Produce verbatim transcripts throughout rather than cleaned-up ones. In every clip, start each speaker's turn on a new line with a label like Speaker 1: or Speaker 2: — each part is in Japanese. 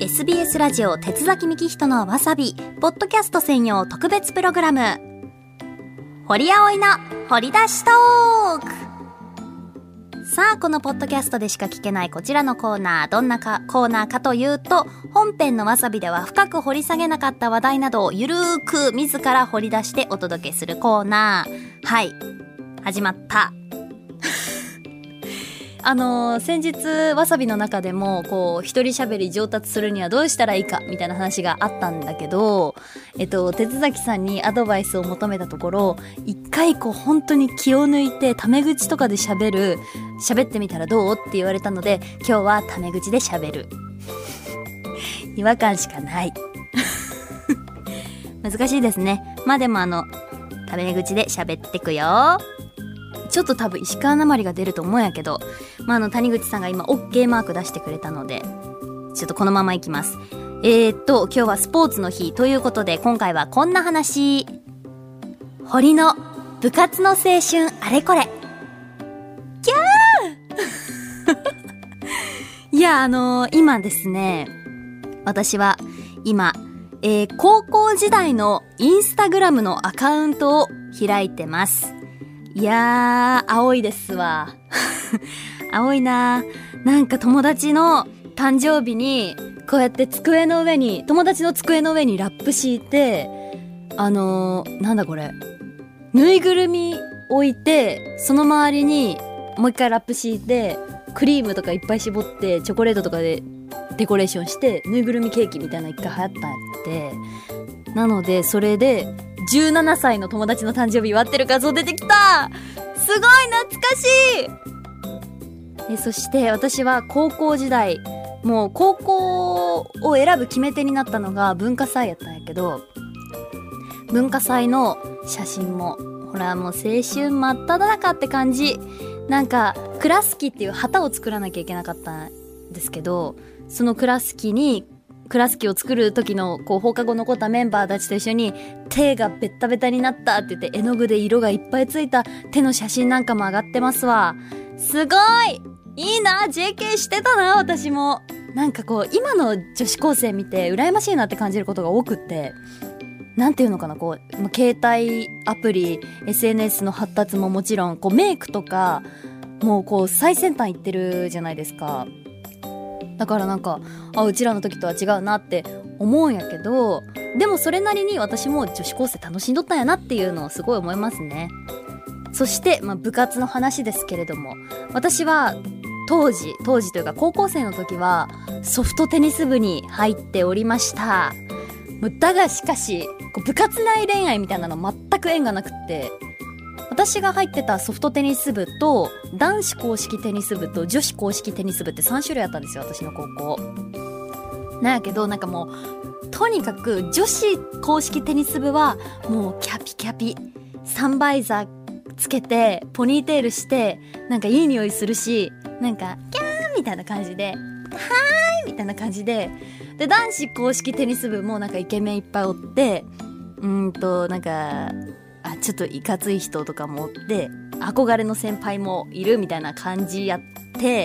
Speaker 1: エスビーエス ラジオ鉄崎幹人のわさびポッドキャスト専用特別プログラム、堀葵の掘り出しトーク。さあ、このポッドキャストでしか聞けないこちらのコーナー、どんなかコーナーかというと、本編のわさびでは深く掘り下げなかった話題などをゆるーく自ら掘り出してお届けするコーナー。はい、始まったあのー、先日わさびの中でもこう一人喋り上達するにはどうしたらいいかみたいな話があったんだけど、えっと鉄崎さんにアドバイスを求めたところ、一回こう本当に気を抜いてタメ口とかで喋る喋ってみたらどうって言われたので、今日はタメ口で喋る違和感しかない難しいですね。まあでもあのタメ口で喋ってくよ。ちょっと多分石川なまりが出ると思うんやけど、まあ、あの谷口さんが今 OK マーク出してくれたのでちょっとこのままいきます。えーっと今日はスポーツの日ということで、今回はこんな話、堀の部活の青春あれこれ。キャーいやあのー、今ですね、私は今、えー、高校時代のインスタグラムのアカウントを開いてます。いやー、青いですわ。青いなー。なんか友達の誕生日に、こうやって机の上に、友達の机の上にラップ敷いて、あのー、なんだこれ。ぬいぐるみ置いて、その周りにもう一回ラップ敷いて、クリームとかいっぱい絞って、チョコレートとかでデコレーションして、ぬいぐるみケーキみたいなの一回流行ったんやって。なので、それで、じゅうななさいの友達の誕生日祝ってる画像出てきた。すごい懐かしい。えそして私は高校時代、もう高校を選ぶ決め手になったのが文化祭やったんやけど、文化祭の写真もほらもう青春真っ只中って感じ。なんかクラス旗っていう旗を作らなきゃいけなかったんですけど、そのクラス旗にクラス旗を作る時のこう放課後残ったメンバーたちと一緒に、手がベッタベタになったって言って絵の具で色がいっぱいついた手の写真なんかも上がってますわ。すごいいいな、 ジェーケー してたな私も。なんかこう今の女子高生見て羨ましいなって感じることが多くって、なんていうのかな、こう携帯アプリ エスエヌエス の発達ももちろん、こうメイクとかもうこう最先端いってるじゃないですか。だからなんか、あ、うちらの時とは違うなって思うんやけど、でもそれなりに私も女子高生楽しんどったんやなっていうのをすごい思いますね。そして、まあ、部活の話ですけれども、私は当時当時というか高校生の時はソフトテニス部に入っておりました。だがしかしこう部活内恋愛みたいなの全く縁がなくって、私が入ってたソフトテニス部と男子公式テニス部と女子公式テニス部ってさん種類あったんですよ、私の高校。なんやけどなんかもうとにかく女子公式テニス部はもうキャピキャピ、サンバイザーつけてポニーテールしてなんかいい匂いするし、なんかキャーみたいな感じで、はーいみたいな感じで、で男子公式テニス部もなんかイケメンいっぱいおって、うーんとなんかあちょっといかつい人とかもおって、憧れの先輩もいるみたいな感じやって、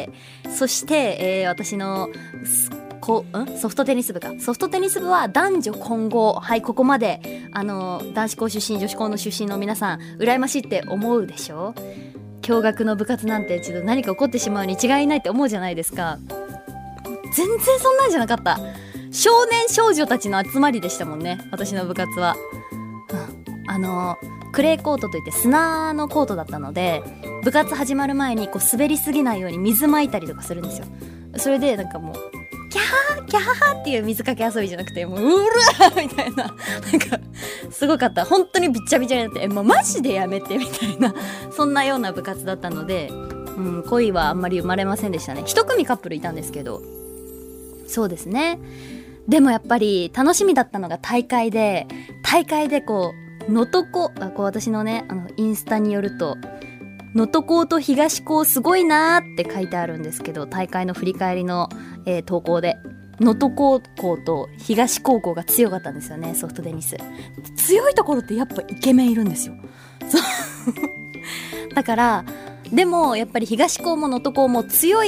Speaker 1: そして、えー、私のこんソフトテニス部かソフトテニス部は男女混合。はい、ここまであの男子校出身女子校の出身の皆さん羨ましいって思うでしょ。共学の部活なんてちょっと何か起こってしまうに違いないって思うじゃないですか。全然そんなんじゃなかった。少年少女たちの集まりでしたもんね、私の部活は。あのクレーコートといって砂のコートだったので、部活始まる前にこう滑りすぎないように水まいたりとかするんですよ。それでなんかもうキャーキャーっていう水かけ遊びじゃなくて、もううらーみたいな、なんかすごかった。本当にびっちゃびちゃになって、えもうマジでやめてみたいな、そんなような部活だったので、うん、恋はあんまり生まれませんでしたね。一組カップルいたんですけど、そうですね。でもやっぱり楽しみだったのが大会で、大会でこう能登高、あ、こう私のね、あのインスタによると能登高と東高すごいなーって書いてあるんですけど、大会の振り返りの、えー、投稿で能登高校と東高校が強かったんですよね、ソフトテニス。強いところってやっぱイケメンいるんですよ。そうだからでもやっぱり東高も能登高も強い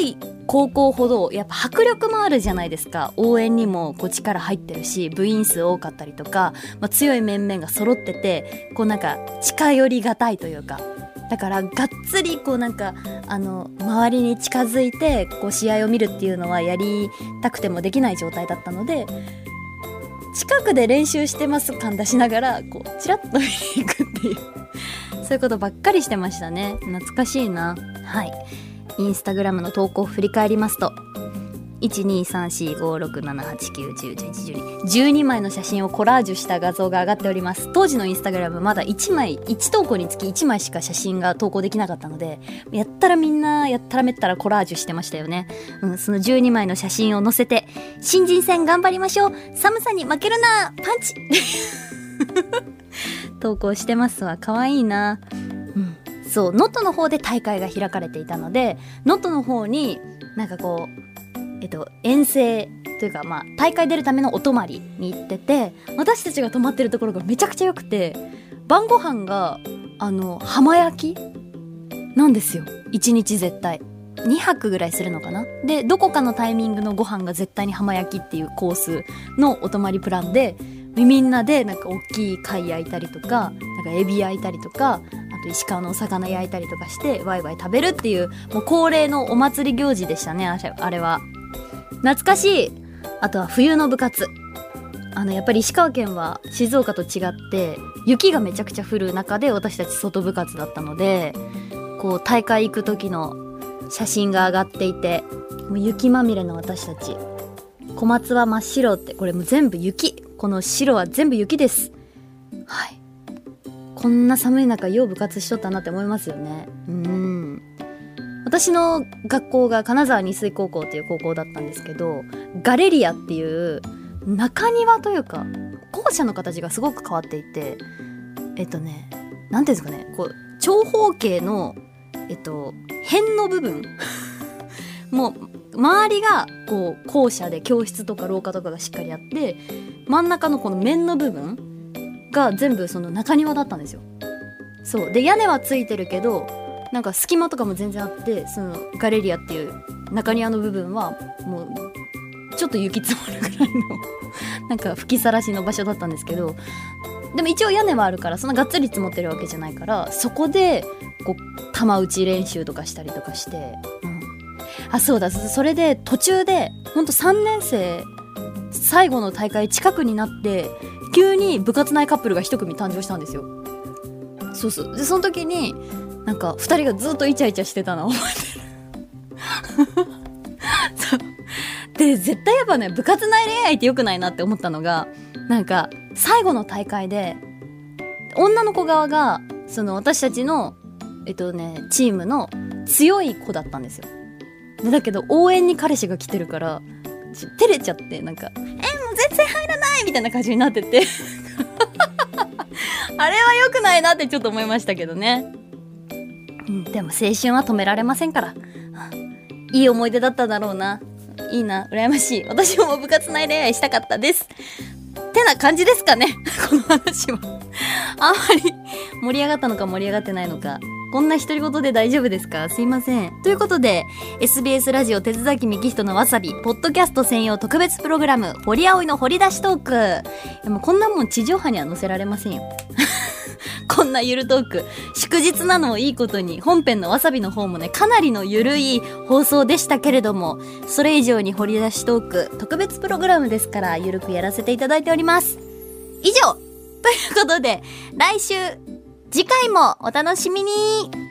Speaker 1: 高校ほどやっぱ迫力もあるじゃないですか。応援にもこう力入ってるし、部員数多かったりとか、まあ、強い面々が揃ってて、こうなんか近寄りがたいというか、だからがっつりこうなんかあの周りに近づいてこう試合を見るっていうのはやりたくてもできない状態だったので、近くで練習してます感出しながらこうチラッと見に行くっていうそういうことばっかりしてましたね。懐かしいな。はい、インスタグラムの投稿を振り返りますと、いちにさんしごろくななはちきゅうじゅうじゅういちじゅうにじゅうにまいの写真をコラージュした画像が上がっております。当時のインスタグラムまだいちまいいち投稿につきいちまいしか写真が投稿できなかったので、やったらみんなやったらめったらコラージュしてましたよね。うん、そのじゅうにまいの写真を載せて、新人戦頑張りましょう、寒さに負けるなパンチ投稿してますわ。かわいいな。うん、そう、能登の方で大会が開かれていたので、能登の方になんかこうえっと、遠征というか、まあ、大会出るためのお泊まりに行ってて、私たちが泊まってるところがめちゃくちゃ良くて、晩ご飯があの浜焼きなんですよ。いちにち絶対にはくぐらいするのかな。でどこかのタイミングのご飯が絶対に浜焼きっていうコースのお泊まりプランで、みんなでなんか大きい貝焼いたりとか、なんかエビ焼いたりとか、あと石川のお魚焼いたりとかしてワイワイ食べるっていう、もう恒例のお祭り行事でしたね、あれは。懐かしい。あとは冬の部活、あのやっぱり石川県は静岡と違って雪がめちゃくちゃ降る中で私たち外部活だったので、こう大会行く時の写真が上がっていて、もう雪まみれの私たち、小松は真っ白って、これもう全部雪、この白は全部雪です。はい、こんな寒い中よう部活しとったなって思いますよね。うーん、私の学校が金沢二水高校っていう高校だったんですけど、ガレリアっていう中庭というか校舎の形がすごく変わっていて、えっとねなんていうんですかね、こう長方形のえっと辺の部分もう周りがこう校舎で教室とか廊下とかがしっかりあって、真ん中のこの面の部分が全部その中庭だったんですよ。そうで、屋根はついてるけどなんか隙間とかも全然あって、そのガレリアっていう中庭の部分はもうちょっと雪積もるぐらいのなんか吹きさらしの場所だったんですけど、でも一応屋根はあるからそんながっつり積もってるわけじゃないから、そこでこう玉打ち練習とかしたりとかして、うん、あそうだ、それで途中でほんとさんねん生最後の大会近くになって急に部活内カップルが一組誕生したんですよ。そうそう、でその時になんかふたりがずっとイチャイチャしてたのを覚えてるそうで、絶対やっぱね部活内恋愛って良くないなって思ったのが、なんか最後の大会で女の子側がその私たちのえっとねチームの強い子だったんですよ。でだけど応援に彼氏が来てるから照れちゃって、なんかえもう全然入らないみたいな感じになっててあれは良くないなってちょっと思いましたけどね。うん、でも青春は止められませんから、いい思い出だっただろうな。いいな、羨ましい。私も部活内恋愛したかったですってな感じですかねこの話はあんまり盛り上がったのか盛り上がってないのか、こんな独り言で大丈夫ですか、すいません。ということで エスビーエス ラジオ手崎幹人のわさびポッドキャスト専用特別プログラム、堀葵の掘り出しトーク、でもこんなもん地上波には載せられませんよこんなゆるトーク、祝日なのをいいことに本編のわさびの方もねかなりのゆるい放送でしたけれども、それ以上に掘り出しトーク特別プログラムですからゆるくやらせていただいております。以上ということで来週次回もお楽しみに。